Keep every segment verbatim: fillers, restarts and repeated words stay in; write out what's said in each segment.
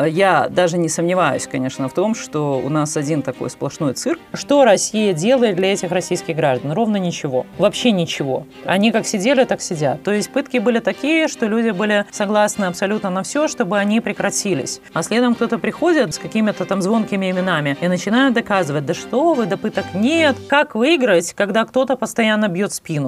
Я даже не сомневаюсь, конечно, в том, что у нас один такой сплошной цирк. Что Россия делает для этих российских граждан? Ровно ничего. Вообще ничего. Они как сидели, так сидят. То есть пытки были такие, что люди были согласны абсолютно на все, чтобы они прекратились. А следом кто-то приходит с какими-то там звонкими именами и начинают доказывать: да что вы, да пыток нет. Как выиграть, когда кто-то постоянно бьет спину?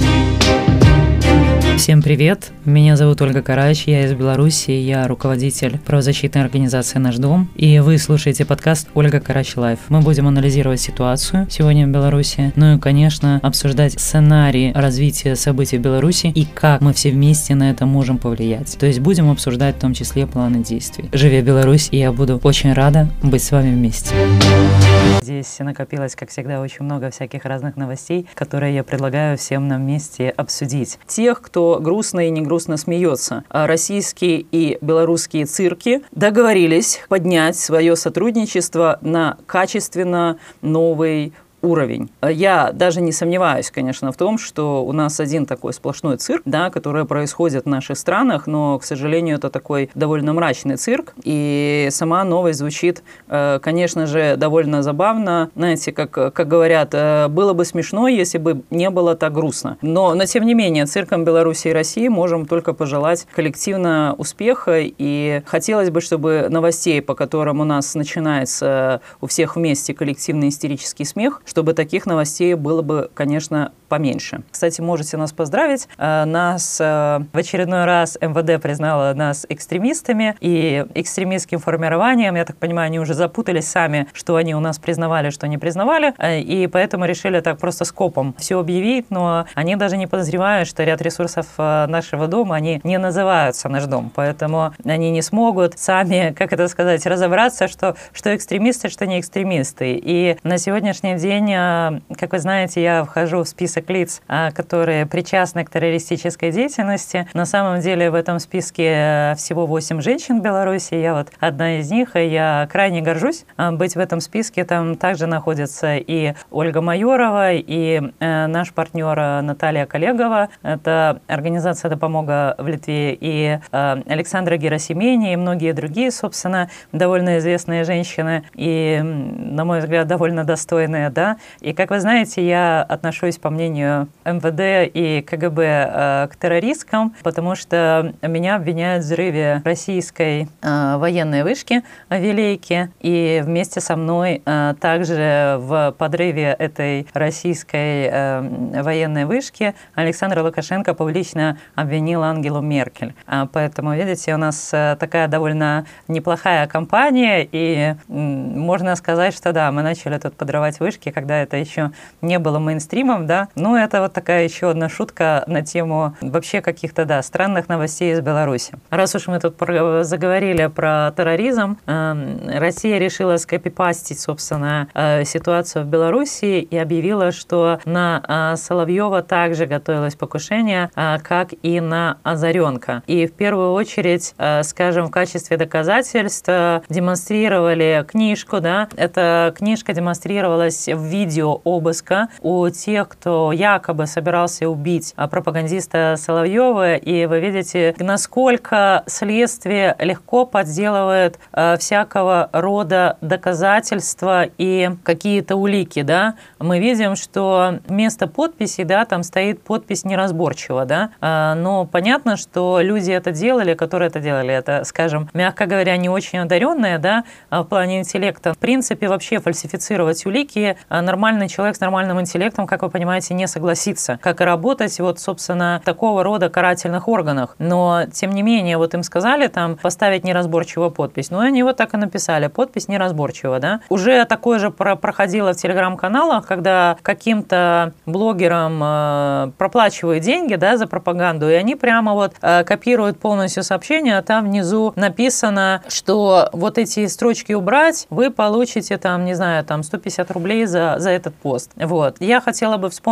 Всем привет! Меня зовут Ольга Карач, я из Беларуси, я руководитель правозащитной организации «Наш дом», и вы слушаете подкаст «Ольга Карач Лайв». Мы будем анализировать ситуацию сегодня в Беларуси, ну и, конечно, обсуждать сценарий развития событий в Беларуси и как мы все вместе на это можем повлиять. То есть будем обсуждать в том числе планы действий. Живи Беларусь, и я буду очень рада быть с вами вместе. Здесь накопилось, как всегда, очень много всяких разных новостей, которые я предлагаю всем нам вместе обсудить. Тех, кто грустно и не грустно смеется. Российские и белорусские цирки договорились поднять свое сотрудничество на качественно новый уровень. Я даже не сомневаюсь, конечно, в том, что у нас один такой сплошной цирк, да, который происходит в наших странах, но, к сожалению, это такой довольно мрачный цирк, и сама новость звучит, конечно же, довольно забавно. Знаете, как, как говорят, было бы смешно, если бы не было так грустно. Но, но тем не менее, циркам Беларуси и России можем только пожелать коллективно успеха, и хотелось бы, чтобы новостей, по которым у нас начинается у всех вместе коллективный истерический смех, чтобы таких новостей было бы, конечно, поменьше. Кстати, можете нас поздравить. Нас в очередной раз эм вэ дэ признала нас экстремистами и экстремистским формированием. Я так понимаю, они уже запутались сами, что они у нас признавали, что не признавали, и поэтому решили так просто скопом все объявить, но они даже не подозревают, что ряд ресурсов нашего дома, они не называются «Наш дом», поэтому они не смогут сами, как это сказать, разобраться, что, что экстремисты, что не экстремисты. И на сегодняшний день, как вы знаете, я вхожу в список лиц, которые причастны к террористической деятельности. На самом деле в этом списке всего восемь женщин в Беларуси, я вот одна из них, и я крайне горжусь быть в этом списке. Там также находятся и Ольга Майорова, и наш партнер Наталья Колегова, это организация «Допомога» в Литве, и Александра Герасимени, и многие другие, собственно, довольно известные женщины, и, на мой взгляд, довольно достойные, да. И, как вы знаете, я отношусь, по мнению эм вэ дэ и ка гэ бэ, э, к террористкам, потому что меня обвиняют в взрыве российской э, военной вышки в Вилейке, и вместе со мной э, также в подрыве этой российской э, военной вышки Александр Лукашенко публично обвинил Ангелу Меркель. А, поэтому, видите, у нас э, такая довольно неплохая кампания, и э, можно сказать, что да, мы начали тут подрывать вышки, когда это еще не было мейнстримом, да. Ну, это вот такая еще одна шутка на тему вообще каких-то, да, странных новостей из Беларуси. Раз уж мы тут про, заговорили про терроризм, э, Россия решила скопипастить, собственно, э, ситуацию в Беларуси и объявила, что на э, Соловьева также готовилось покушение, э, как и на Озаренка. И в первую очередь, э, скажем, в качестве доказательства демонстрировали книжку, да, эта книжка демонстрировалась в видео обыска у тех, кто якобы собирался убить пропагандиста Соловьева, и вы видите, насколько следствие легко подделывает э, всякого рода доказательства и какие-то улики, да. Мы видим, что вместо подписи, да, там стоит подпись неразборчиво, да, э, но понятно, что люди это делали, которые это делали, это, скажем, мягко говоря, не очень одаренные, да, в плане интеллекта. В принципе, вообще фальсифицировать улики нормальный человек с нормальным интеллектом, как вы понимаете, не согласится, как и работать вот, собственно, в такого рода карательных органах. Но, тем не менее, вот им сказали там поставить неразборчивую подпись. Ну, они вот так и написали, подпись неразборчивая, да. Уже такое же про- проходило в телеграм-каналах, когда каким-то блогерам э, проплачивают деньги, да, за пропаганду, и они прямо вот э, копируют полностью сообщение, а там внизу написано, что вот эти строчки убрать, вы получите там, не знаю, там сто пятьдесят рублей за, за этот пост. Вот. Я хотела бы вспомнить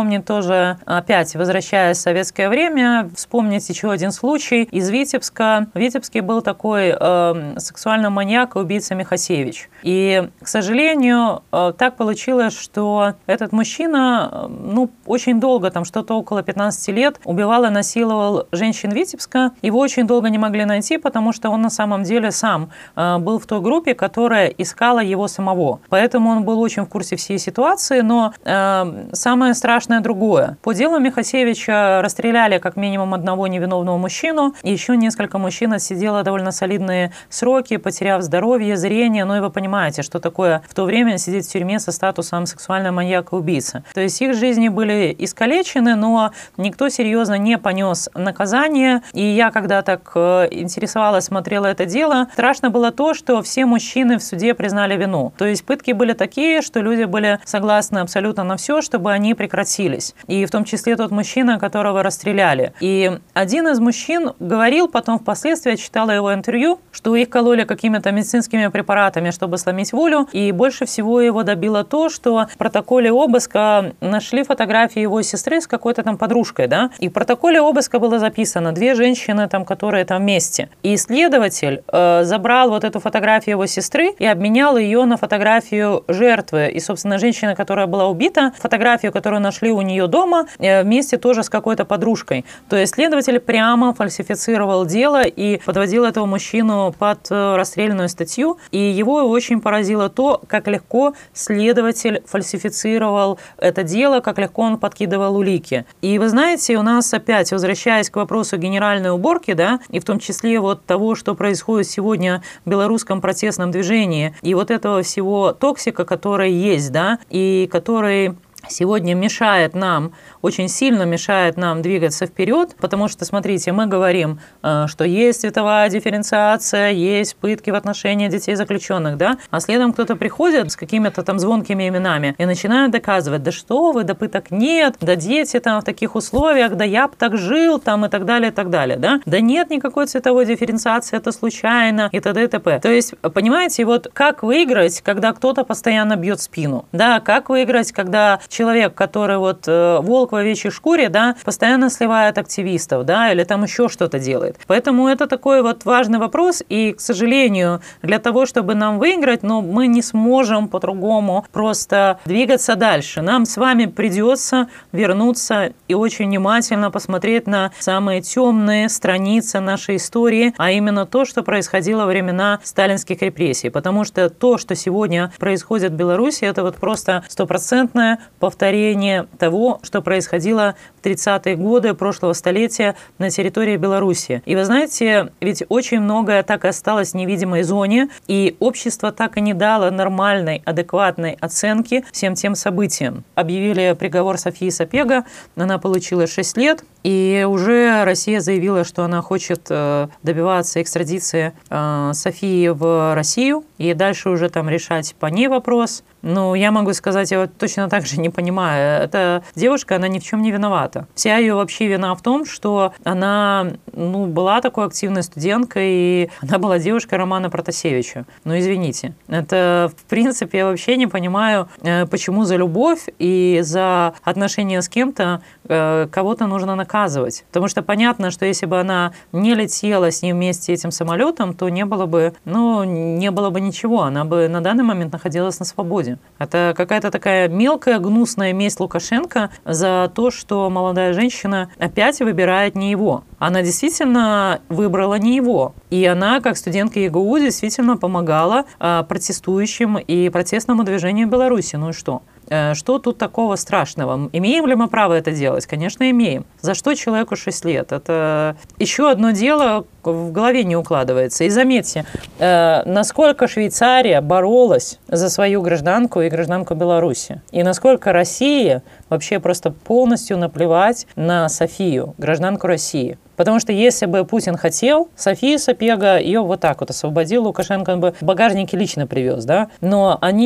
вспомнить тоже, опять возвращаясь в советское время, вспомнить еще один случай из Витебска. В Витебске был такой э, сексуальный маньяк и убийца Михасевич. И, к сожалению, э, так получилось, что этот мужчина, ну, очень долго, там что-то около пятнадцати лет, убивал и насиловал женщин Витебска. Его очень долго не могли найти, потому что он на самом деле сам э, был в той группе, которая искала его самого. Поэтому он был очень в курсе всей ситуации, но э, самое страшное другое. По делу Михасевича расстреляли как минимум одного невиновного мужчину, и еще несколько мужчин отсидело довольно солидные сроки, потеряв здоровье, зрение. Ну и вы понимаете, что такое в то время сидеть в тюрьме со статусом сексуального маньяка и убийцы. То есть их жизни были искалечены, но никто серьезно не понес наказание. И я, когда так интересовалась, смотрела это дело, страшно было то, что все мужчины в суде признали вину. То есть пытки были такие, что люди были согласны абсолютно на все, чтобы они прекратились. И в том числе тот мужчина, которого расстреляли. И один из мужчин говорил потом впоследствии, я читала его интервью, что их кололи какими-то медицинскими препаратами, чтобы сломить волю. И больше всего его добило то, что в протоколе обыска нашли фотографии его сестры с какой-то там подружкой, да? И в протоколе обыска было записано две женщины, там, которые там вместе. И следователь э, забрал вот эту фотографию его сестры и обменял ее на фотографию жертвы. И, собственно, женщина, которая была убита, фотографию, которую нашли у нее дома, э, вместе тоже с какой-то подружкой. То есть следователь прямо фальсифицировал дело и подводил этого мужчину под э, расстрельную статью. И его очень поразило то, как легко следователь фальсифицировал это дело, как легко он подкидывал улики. И вы знаете, у нас опять, возвращаясь к вопросу генеральной уборки, да, и в том числе вот того, что происходит сегодня в белорусском протестном движении, и вот этого всего токсика, который есть, да, и который сегодня мешает нам, очень сильно мешает нам двигаться вперед, потому что, смотрите, мы говорим, что есть цветовая дифференциация, есть пытки в отношении детей заключенных, да, а следом кто-то приходит с какими-то там звонкими именами и начинают доказывать, да что вы, да пыток нет, да дети там в таких условиях, да я б так жил, там и так далее, и так далее, да, да нет никакой цветовой дифференциации, это случайно, и т.д. и т.п. То есть, понимаете, вот как выиграть, когда кто-то постоянно бьет спину, да, как выиграть, когда человек, который вот э, волк в овечьей шкуре, да, постоянно сливает активистов, да, или там еще что-то делает. Поэтому это такой вот важный вопрос, и, к сожалению, для того, чтобы нам выиграть, но мы не сможем по-другому просто двигаться дальше. Нам с вами придется вернуться и очень внимательно посмотреть на самые темные страницы нашей истории, а именно то, что происходило во времена сталинских репрессий. Потому что то, что сегодня происходит в Беларуси, это вот просто стопроцентное повторение того, что происходило в тридцатые годы прошлого столетия на территории Беларуси. И вы знаете, ведь очень многое так и осталось в невидимой зоне, и общество так и не дало нормальной, адекватной оценки всем тем событиям. Объявили приговор Софии Сапега, она получила шесть лет, и уже Россия заявила, что она хочет добиваться экстрадиции Софии в Россию, и дальше уже там решать по ней вопрос. Ну, я могу сказать, я вот точно так же не понимаю. Эта девушка, она ни в чем не виновата. Вся ее вообще вина в том, что она, ну, была такой активной студенткой, и она была девушкой Романа Протасевича. Ну, извините. Это, в принципе, я вообще не понимаю, почему за любовь и за отношения с кем-то кого-то нужно наказывать. Потому что понятно, что если бы она не летела с ним вместе этим самолетом, то не было бы, ну, не было бы ничего. Она бы на данный момент находилась на свободе. Это какая-то такая мелкая, гнусная месть Лукашенко за то, что молодая женщина опять выбирает не его. Она действительно выбрала не его. И она, как студентка ЕГУ, действительно помогала а, протестующим и протестному движению в Беларуси. Ну и что? Что тут такого страшного? Имеем ли мы право это делать? Конечно, имеем. За что человеку шесть лет? Это еще одно дело в голове не укладывается. И заметьте, насколько Швейцария боролась за свою гражданку и гражданку Беларуси. И насколько Россия вообще просто полностью наплевать на Софию, гражданку России. Потому что если бы Путин хотел, София Сапега ее вот так вот освободил, Лукашенко он бы в багажнике лично привез, да? Но они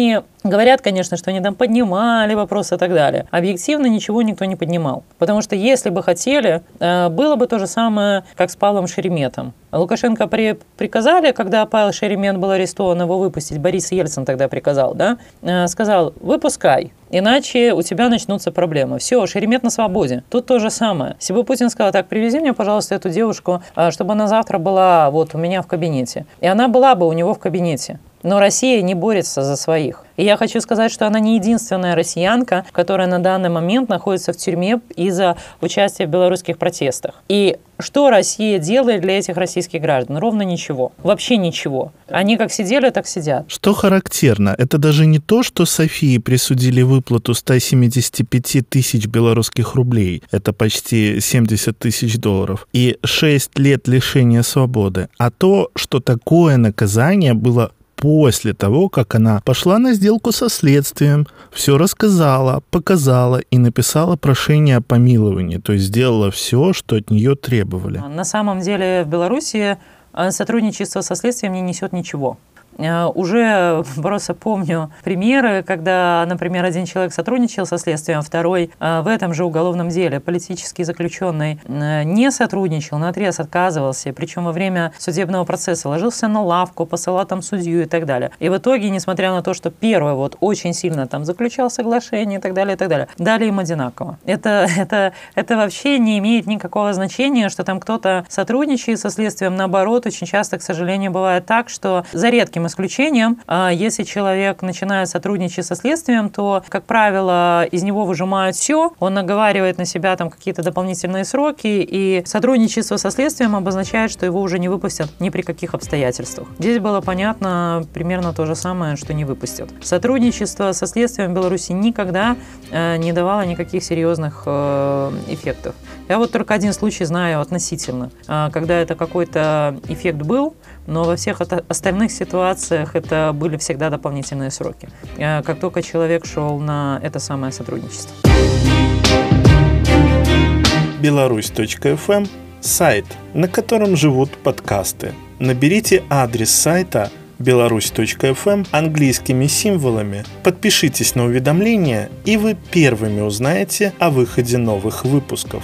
Говорят, конечно, что они там поднимали вопросы и так далее. Объективно ничего никто не поднимал. Потому что если бы хотели, было бы то же самое, как с Павлом Шереметом. Лукашенко при, приказали, когда Павел Шеремет был арестован, его выпустить, Борис Ельцин тогда приказал, да, сказал, выпускай, иначе у тебя начнутся проблемы. Все, Шеремет на свободе. Тут то же самое. Если бы Путин сказал, так, привези мне, пожалуйста, эту девушку, чтобы она завтра была вот у меня в кабинете. И она была бы у него в кабинете. Но Россия не борется за своих. И я хочу сказать, что она не единственная россиянка, которая на данный момент находится в тюрьме из-за участия в белорусских протестах. И что Россия делает для этих российских граждан? Ровно ничего. Вообще ничего. Они как сидели, так сидят. Что характерно, это даже не то, что Софии присудили выплату сто семьдесят пять тысяч белорусских рублей, это почти семьдесят тысяч долларов, и шесть лет лишения свободы, а то, что такое наказание было после того, как она пошла на сделку со следствием, все рассказала, показала и написала прошение о помиловании, то есть сделала все, что от нее требовали. На самом деле в Беларуси сотрудничество со следствием не несет ничего. Уже просто помню примеры, когда, например, один человек сотрудничал со следствием, второй в этом же уголовном деле, политический заключенный, не сотрудничал, наотрез отказывался, причем во время судебного процесса ложился на лавку, посылал там судью и так далее. И в итоге, несмотря на то, что первый вот очень сильно там заключал соглашение и так далее, и так далее, дали им одинаково. Это, это, это вообще не имеет никакого значения, что там кто-то сотрудничает со следствием. Наоборот, очень часто, к сожалению, бывает так, что за редким исключением, если человек начинает сотрудничать со следствием, то, как правило, из него выжимают все, он наговаривает на себя там какие-то дополнительные сроки, и сотрудничество со следствием обозначает, что его уже не выпустят ни при каких обстоятельствах. Здесь было понятно примерно то же самое, что не выпустят. Сотрудничество со следствием в Беларуси никогда не давало никаких серьезных эффектов. Я вот только один случай знаю относительно, когда это какой-то эффект был, но во всех остальных ситуациях это были всегда дополнительные сроки, как только человек шел на это самое сотрудничество. Беларусь точка эф эм – сайт, на котором живут подкасты. Наберите адрес сайта беларусь точка эф эм английскими символами, подпишитесь на уведомления, и вы первыми узнаете о выходе новых выпусков.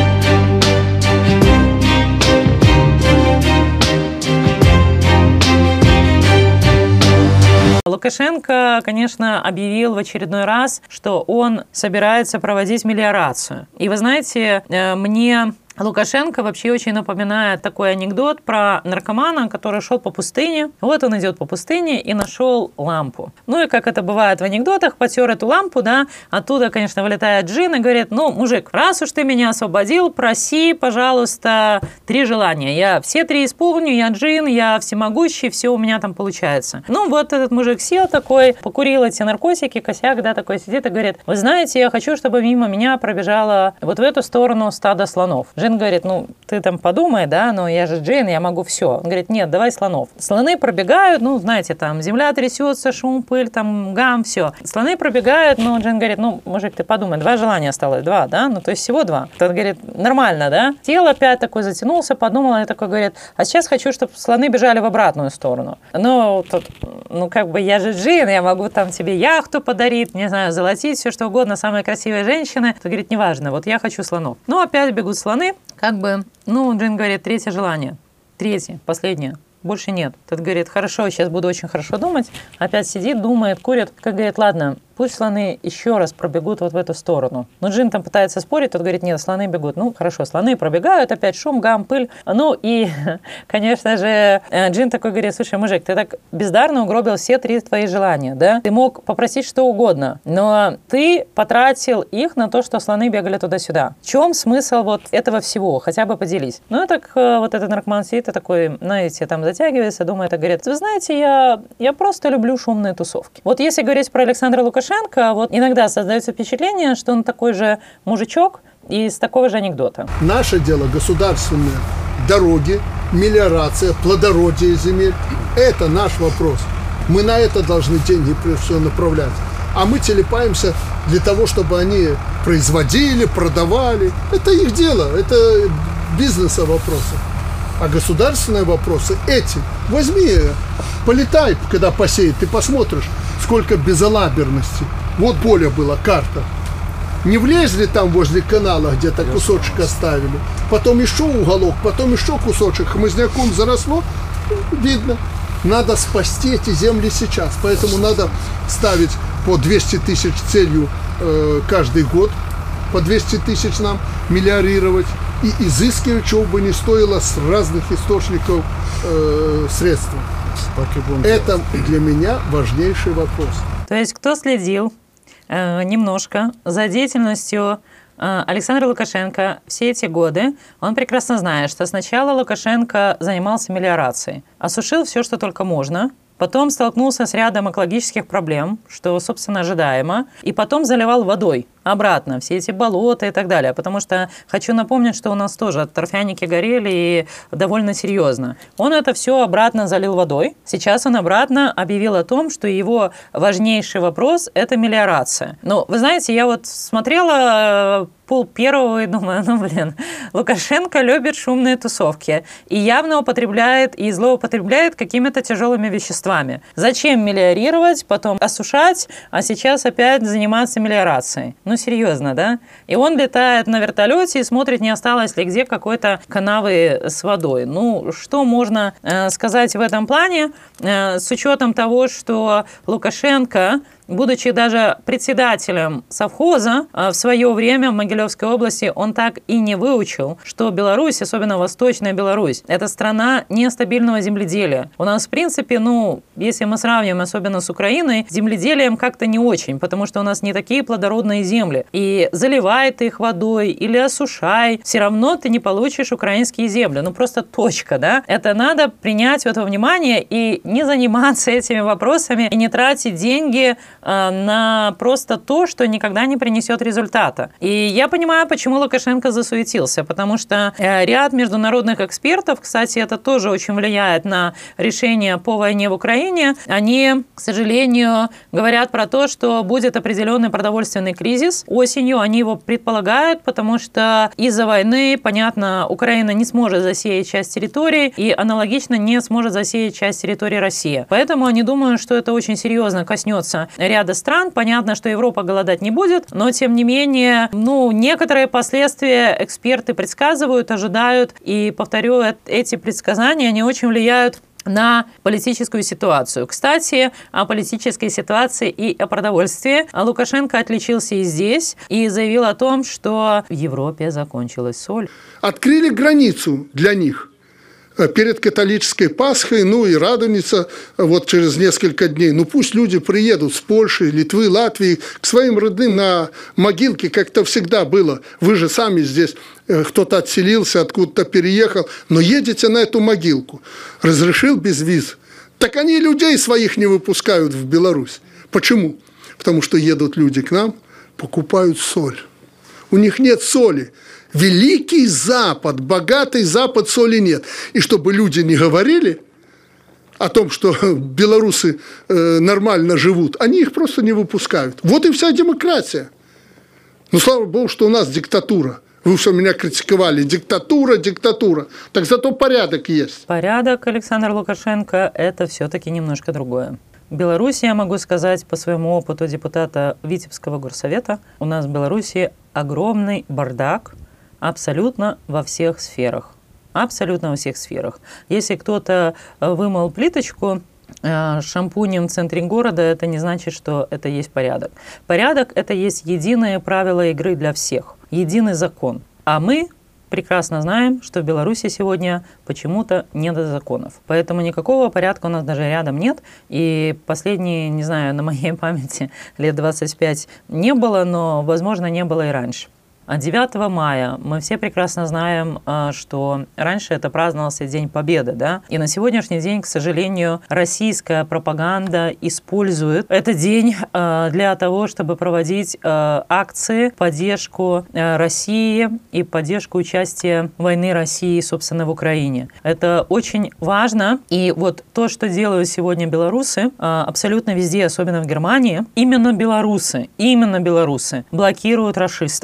Лукашенко, конечно, объявил в очередной раз, что он собирается проводить мелиорацию. И вы знаете, мне Лукашенко вообще очень напоминает такой анекдот про наркомана, который шел по пустыне. Вот он идет по пустыне и нашел лампу. Ну и как это бывает в анекдотах, потер эту лампу, да, оттуда, конечно, вылетает джин и говорит: ну, мужик, раз уж ты меня освободил, проси, пожалуйста, три желания. Я все три исполню, я джин, я всемогущий, все у меня там получается. Ну вот этот мужик сел такой, покурил эти наркотики, косяк, да, такой сидит и говорит: вы знаете, я хочу, чтобы мимо меня пробежало вот в эту сторону стадо слонов. Джин говорит: ну, ты там подумай, да, но я же джин, я могу все. Он говорит: нет, давай слонов. Слоны пробегают, ну, знаете, там земля трясется, шум, пыль, там гам, все. Слоны пробегают, но Джин говорит: ну, мужик, ты подумай, два желания осталось, два, да, ну, то есть всего два. Тот говорит: нормально, да. Сел опять такой, затянулся, подумал, и такой говорит: а сейчас хочу, чтобы слоны бежали в обратную сторону. Ну, тут, ну, как бы я же джин, я могу там тебе яхту подарить, не знаю, золотить, все что угодно, самые красивые женщины. Тот говорит: неважно, вот я хочу слонов. Ну, опять бегут слоны. Как бы, ну, Джин говорит: третье желание. Третье, последнее. Больше нет. Тот говорит: хорошо, сейчас буду очень хорошо думать. Опять сидит, думает, курит. Как говорит: ладно, пусть слоны еще раз пробегут вот в эту сторону. Но Джин там пытается спорить, тот говорит: нет, слоны бегут. Ну, хорошо, слоны пробегают, опять шум, гам, пыль. Ну, и, конечно же, Джин такой говорит: слушай, мужик, ты так бездарно угробил все три твои желания, да? Ты мог попросить что угодно, но ты потратил их на то, что слоны бегали туда-сюда. В чем смысл вот этого всего? Хотя бы поделись. Ну, и так вот этот наркоман сидит и такой, знаете, там затягивается, думает и говорит: вы знаете, я, я просто люблю шумные тусовки. Вот если говорить про Александра Лукашенко, вот иногда создается впечатление, что он такой же мужичок из такого же анекдота. Наше дело государственные дороги, мелиорация, плодородие земель. Это наш вопрос. Мы на это должны деньги прежде всего направлять. А мы телепаемся для того, чтобы они производили, продавали. Это их дело, это бизнеса вопросы. А государственные вопросы эти. Возьми, полетай, когда посеет, ты посмотришь, сколько безалаберности. Вот поле было, карта. Не влезли там возле канала, где-то кусочек оставили. Потом еще уголок, потом еще кусочек. Хмызняком заросло, видно. Надо спасти эти земли сейчас. Поэтому надо ставить по двести тысяч целью э, каждый год. По двести тысяч нам мелиорировать. И изыскивать, чего бы ни стоило, с разных источников э, средств. Это для меня важнейший вопрос. То есть кто следил э, немножко за деятельностью э, Александра Лукашенко все эти годы, он прекрасно знает, что сначала Лукашенко занимался мелиорацией, осушил все, что только можно, потом столкнулся с рядом экологических проблем, что, собственно, ожидаемо, и потом заливал водой обратно все эти болота и так далее. Потому что хочу напомнить, что у нас тоже торфяники горели и довольно серьезно. Он это все обратно залил водой. Сейчас он обратно объявил о том, что его важнейший вопрос – это мелиорация. Но вы знаете, я вот смотрела пол первого и думаю, ну блин, Лукашенко любит шумные тусовки и явно употребляет и злоупотребляет какими-то тяжелыми веществами. Зачем мелиорировать, потом осушать, а сейчас опять заниматься мелиорацией? Ну, серьезно, да? И он летает на вертолете и смотрит, не осталось ли где какой-то канавы с водой. Ну, что можно э, сказать в этом плане, э, с учетом того, что Лукашенко, будучи даже председателем совхоза, в свое время в Могилевской области он так и не выучил, что Беларусь, особенно Восточная Беларусь, это страна нестабильного земледелия. У нас, в принципе, ну, если мы сравним, особенно с Украиной, земледелием как-то не очень, потому что у нас не такие плодородные земли. И заливай ты их водой или осушай, все равно ты не получишь украинские земли. Ну, просто точка, да? Это надо принять в это внимание и не заниматься этими вопросами, и не тратить деньги на просто то, что никогда не принесет результата. И я понимаю, почему Лукашенко засуетился, потому что ряд международных экспертов, кстати, это тоже очень влияет на решение по войне в Украине, они, к сожалению, говорят про то, что будет определенный продовольственный кризис. Осенью они его предполагают, потому что из-за войны, понятно, Украина не сможет засеять часть территории и аналогично не сможет засеять часть территории России. Поэтому они думают, что это очень серьезно коснется ряда стран. Понятно, что Европа голодать не будет, но, тем не менее, ну, некоторые последствия эксперты предсказывают, ожидают. И, повторю, эти предсказания, они очень влияют на политическую ситуацию. Кстати, о политической ситуации и о продовольствии Лукашенко отличился и здесь, и заявил о том, что в Европе закончилась соль. Открыли границу для них перед католической Пасхой, ну и Радоница вот через несколько дней. Ну пусть люди приедут с Польши, Литвы, Латвии к своим родным на могилки, как это всегда было. Вы же сами здесь, кто-то отселился, откуда-то переехал, но едете на эту могилку. Разрешил без виз. Так они людей своих не выпускают в Беларусь. Почему? Потому что едут люди к нам, покупают соль. У них нет соли. Великий Запад, богатый Запад, соли нет. И чтобы люди не говорили о том, что белорусы э, нормально живут, они их просто не выпускают. Вот и вся демократия. Ну, слава богу, что у нас диктатура. Вы все меня критиковали. Диктатура, диктатура. Так зато порядок есть. Порядок, Александр Лукашенко, это все-таки немножко другое. В Беларуси, я могу сказать по своему опыту депутата Витебского горсовета, у нас в Беларуси огромный бардак абсолютно во всех сферах. Абсолютно во всех сферах. Если кто-то вымыл плиточку шампунем в центре города, это не значит, что это есть порядок. Порядок – это есть единое правило игры для всех, единый закон. А мы прекрасно знаем, что в Беларуси сегодня почему-то нет законов. Поэтому никакого порядка у нас даже рядом нет. И последние, не знаю, на моей памяти лет двадцать пять не было, но, возможно, не было и раньше. девятого мая мы все прекрасно знаем, что раньше это праздновался День Победы, да? И на сегодняшний день, к сожалению, российская пропаганда использует этот день для того, чтобы проводить акции в поддержку России и поддержку участия войны России, собственно, в Украине. Это очень важно. И вот то, что делают сегодня белорусы, абсолютно везде, особенно в Германии, именно белорусы, именно белорусы блокируют рашистов. Разные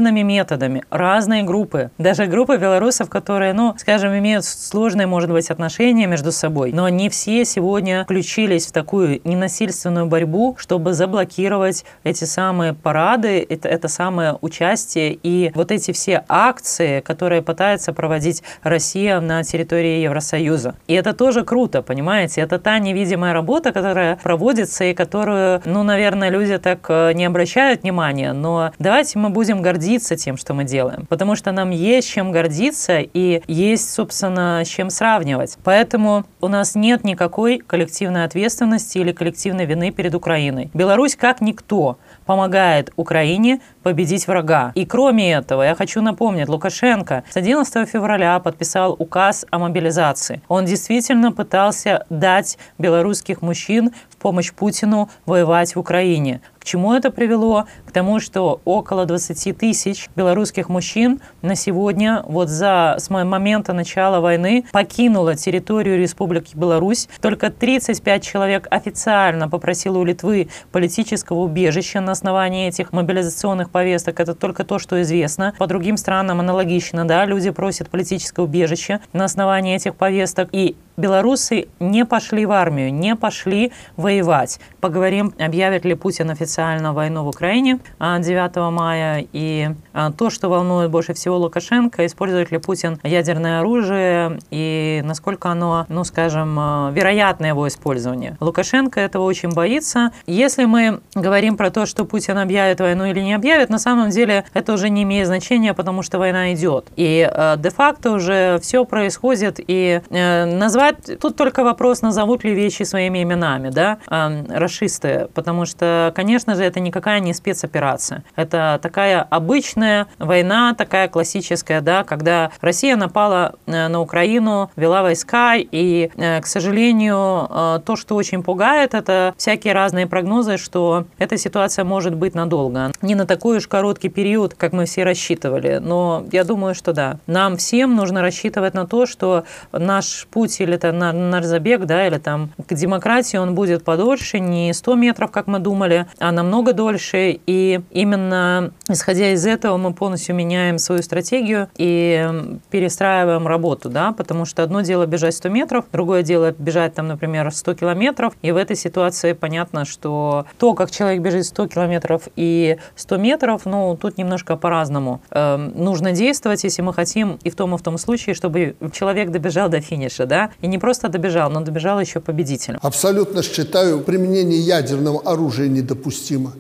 разными методами, разные группы, даже группы белорусов, которые, ну, скажем, имеют сложные, может быть, отношения между собой, но они все сегодня включились в такую ненасильственную борьбу, чтобы заблокировать эти самые парады, это, это самое участие и вот эти все акции, которые пытается проводить Россия на территории Евросоюза. И это тоже круто, понимаете? Это та невидимая работа, которая проводится и которую, ну, наверное, люди так не обращают внимания, но давайте мы будем гордиться тем, что мы делаем, потому что нам есть чем гордиться и есть, собственно, с чем сравнивать. Поэтому у нас нет никакой коллективной ответственности или коллективной вины перед Украиной. Беларусь, как никто, помогает Украине победить врага. И кроме этого, я хочу напомнить, Лукашенко с одиннадцатого февраля подписал указ о мобилизации. Он действительно пытался дать белорусских мужчин в помощь Путину воевать в Украине. К чему это привело? К тому, что около двадцати тысяч белорусских мужчин на сегодня, вот за, с момента начала войны, покинуло территорию Республики Беларусь. Только тридцать пять человек официально попросило у Литвы политического убежища на основании этих мобилизационных повесток. Это только то, что известно. По другим странам аналогично, да, люди просят политическое убежище на основании этих повесток. И белорусы не пошли в армию, не пошли воевать. Поговорим, объявит ли Путин официально войну в Украине девятого мая. И то, что волнует больше всего Лукашенко, использует ли Путин ядерное оружие и насколько оно, ну скажем, вероятно его использование. Лукашенко этого очень боится. Если мы говорим про то, что Путин объявит войну или не объявит, на самом деле это уже не имеет значения, потому что война идет. И э, де-факто уже все происходит, и э, назвать тут только вопрос, назовут ли вещи своими именами, да, э, рашисты, потому что, конечно же, это никакая не спецоперация. Это такая обычная война, такая классическая, да, когда Россия напала э, на Украину, вела войска, и, э, к сожалению, э, то, что очень пугает, это всякие разные прогнозы, что эта ситуация может быть надолго. Не на такой уж короткий период, как мы все рассчитывали, но я думаю, что да. Нам всем нужно рассчитывать на то, что наш путь или это наш забег, да, или там к демократии, он будет подольше, не сто метров, как мы думали, а намного дольше. И именно исходя из этого мы полностью меняем свою стратегию и перестраиваем работу, да, потому что одно дело бежать сто метров, другое дело бежать там, например, сто километров. И в этой ситуации понятно, что то, как человек бежит сто километров и сто метров, ну, тут немножко по-разному. Э, нужно действовать, если мы хотим и в том, и в том случае, чтобы человек добежал до финиша, да, и не просто добежал, но добежал еще победителем. Абсолютно считаю, применение ядерного оружия недопустимо.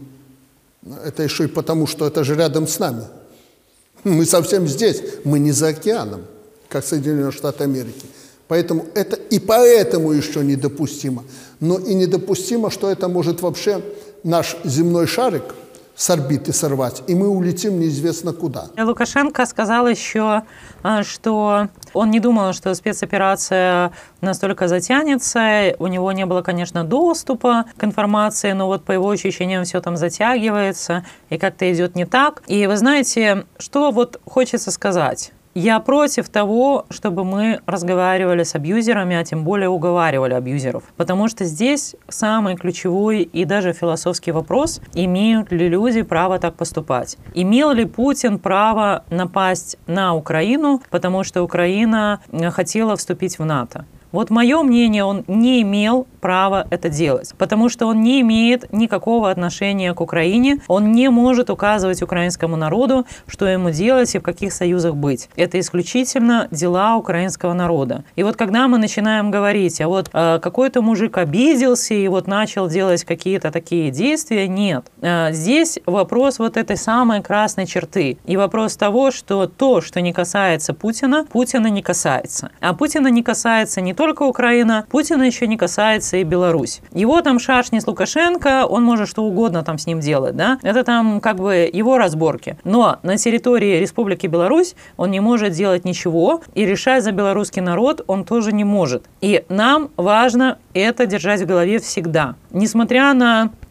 Это еще и потому, что это же рядом с нами. Мы совсем здесь, мы не за океаном, как Соединенные Штаты Америки. Поэтому это и поэтому еще недопустимо. Но и недопустимо, что это может вообще наш земной шарик с орбиты сорвать, и мы улетим неизвестно куда. Лукашенко сказал еще, что он не думал, что спецоперация настолько затянется. У него не было, конечно, доступа к информации, но вот по его ощущениям все там затягивается и как-то идет не так. И вы знаете, что вот хочется сказать? Я против того, чтобы мы разговаривали с абьюзерами, а тем более уговаривали абьюзеров. Потому что здесь самый ключевой и даже философский вопрос, имеют ли люди право так поступать. Имел ли Путин право напасть на Украину, потому что Украина хотела вступить в НАТО? Вот мое мнение, он не имел права это делать, потому что он не имеет никакого отношения к Украине, он не может указывать украинскому народу, что ему делать и в каких союзах быть. Это исключительно дела украинского народа. И вот когда мы начинаем говорить, а вот э, какой-то мужик обиделся и вот начал делать какие-то такие действия, нет. Э, здесь вопрос вот этой самой красной черты. И вопрос того, что то, что не касается Путина, Путина не касается. А Путина не касается не только только Украина, Путина еще не касается и Беларусь. Его там шашни с Лукашенко, он может что угодно там с ним делать, да? Это там как бы его разборки. Но на территории Республики Беларусь он не может делать ничего, и решать за белорусский народ он тоже не может. И нам важно это держать в голове всегда. Несмотря на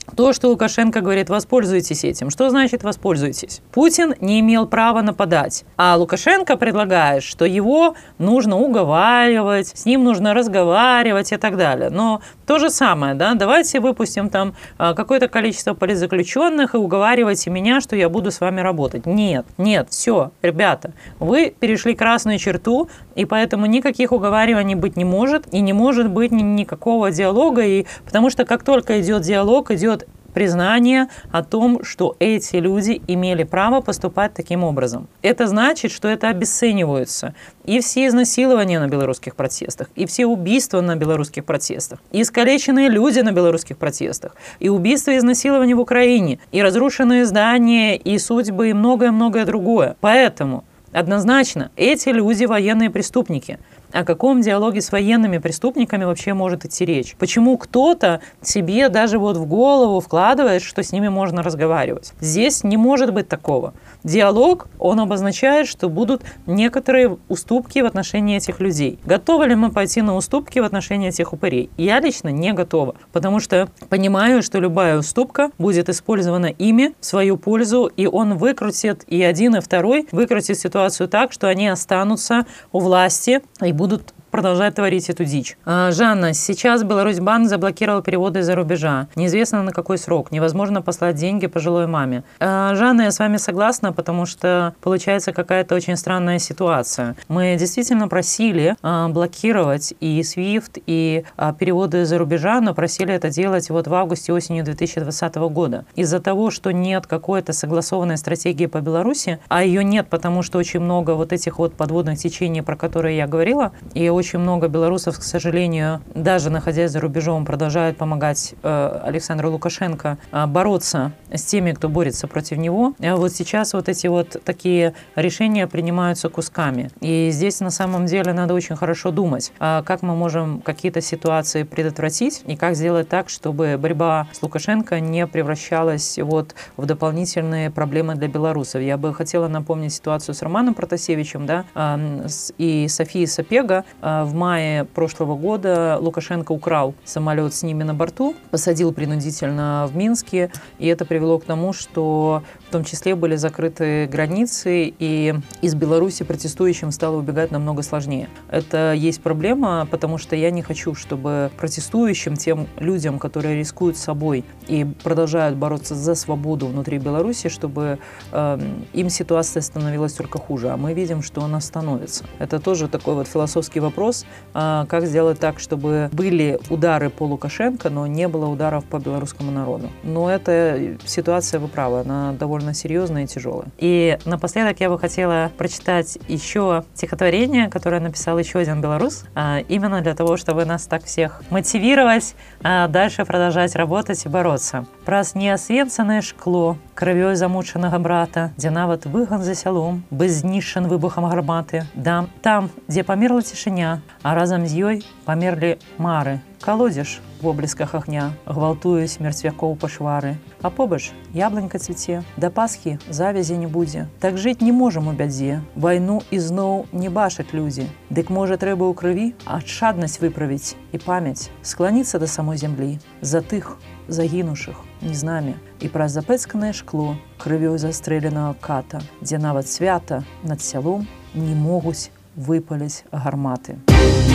То, что Лукашенко говорит, воспользуйтесь этим. Что значит воспользуйтесь? Путин не имел права нападать. А Лукашенко предлагает, что его нужно уговаривать, с ним нужно разговаривать и так далее. Но то же самое, да, давайте выпустим там какое-то количество политзаключенных и уговаривайте меня, что я буду с вами работать. Нет, нет, все, ребята, вы перешли красную черту, и поэтому никаких уговариваний быть не может, и не может быть ни- никакого диалога, и, потому что как только идет диалог, идет признание о том, что эти люди имели право поступать таким образом. Это значит, что это обесцениваются и все изнасилования на белорусских протестах, и все убийства на белорусских протестах, и искалеченные люди на белорусских протестах, и убийства и изнасилования в Украине, и разрушенные здания, и судьбы, и многое-многое другое. Поэтому однозначно эти люди военные преступники. О каком диалоге с военными преступниками вообще может идти речь? Почему кто-то себе даже вот в голову вкладывает, что с ними можно разговаривать? Здесь не может быть такого. Диалог, он обозначает, что будут некоторые уступки в отношении этих людей. Готовы ли мы пойти на уступки в отношении этих упырей? Я лично не готова, потому что понимаю, что любая уступка будет использована ими в свою пользу, и он выкрутит, и один, и второй выкрутит ситуацию так, что они останутся у власти и будут продолжать творить эту дичь. Жанна, сейчас Беларусьбанк заблокировал переводы из-за рубежа. Неизвестно на какой срок. Невозможно послать деньги пожилой маме. Жанна, я с вами согласна, потому что получается какая-то очень странная ситуация. Мы действительно просили блокировать и свифт, и переводы из-за рубежа, но просили это делать вот в августе-осенью две тысячи двадцатого года. Из-за того, что нет какой-то согласованной стратегии по Беларуси, а ее нет, потому что очень много вот этих вот подводных течений, про которые я говорила, и очень много белорусов, к сожалению, даже находясь за рубежом, продолжают помогать э, Александру Лукашенко э, бороться с теми, кто борется против него. А вот сейчас вот эти вот такие решения принимаются кусками. И здесь на самом деле надо очень хорошо думать, э, как мы можем какие-то ситуации предотвратить и как сделать так, чтобы борьба с Лукашенко не превращалась вот в дополнительные проблемы для белорусов. Я бы хотела напомнить ситуацию с Романом Протасевичем, да, э, с, и Софией Сапега. В мае прошлого года Лукашенко украл самолет с ними на борту, посадил принудительно в Минске, и это привело к тому, что в том числе были закрыты границы, и из Беларуси протестующим стало убегать намного сложнее. Это есть проблема, потому что я не хочу, чтобы протестующим, тем людям, которые рискуют собой и продолжают бороться за свободу внутри Беларуси, чтобы э, им ситуация становилась только хуже. А мы видим, что она становится. Это тоже такой вот философский вопрос, э, как сделать так, чтобы были удары по Лукашенко, но не было ударов по белорусскому народу. Но эта ситуация, вы правы, она довольно серьезная и тяжелая. И напоследок я бы хотела прочитать еще стихотворение, которое написал еще один белорус, э, именно для того, чтобы нас так всех мотивировать э, дальше продолжать работать и бороться. Праз неасвенцанае шкло крывёй замучанага брата, дзе нават выган за сялом быў знішчан выбухам гарматы. Да, там, дзе памерла цішыня, а разам з ёй памерлі мары. Калодзеж в воблесках агня гвалтуюць мерцвякоў пашвары. А побач яблонька цвіце, да Пасхі завязі не будзе. Так жыць не можам у бядзе, вайну ізноў не бачаць людзі. Дык можа трэба ў крыві адшаднасць выправіць і памяць, скланіцца да самой зямлі, за тых загінуўшых не з намі. І праз запэцканае шкло крывёй застрэленага ката, дзе нават свята над сялом не могуць выпаліць гарматы.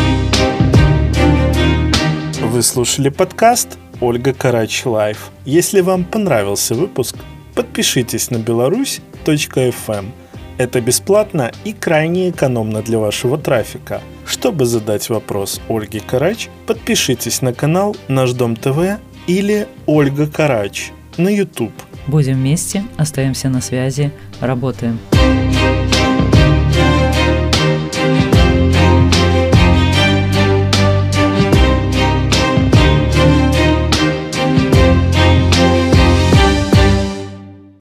Вы слушали подкаст «Ольга Карач Лайф». Если вам понравился выпуск, подпишитесь на беларусь точка эф эм. Это бесплатно и крайне экономно для вашего трафика. Чтобы задать вопрос Ольге Карач, подпишитесь на канал «Наш Дом ТВ» или «Ольга Карач» на YouTube. Будем вместе, остаемся на связи, работаем.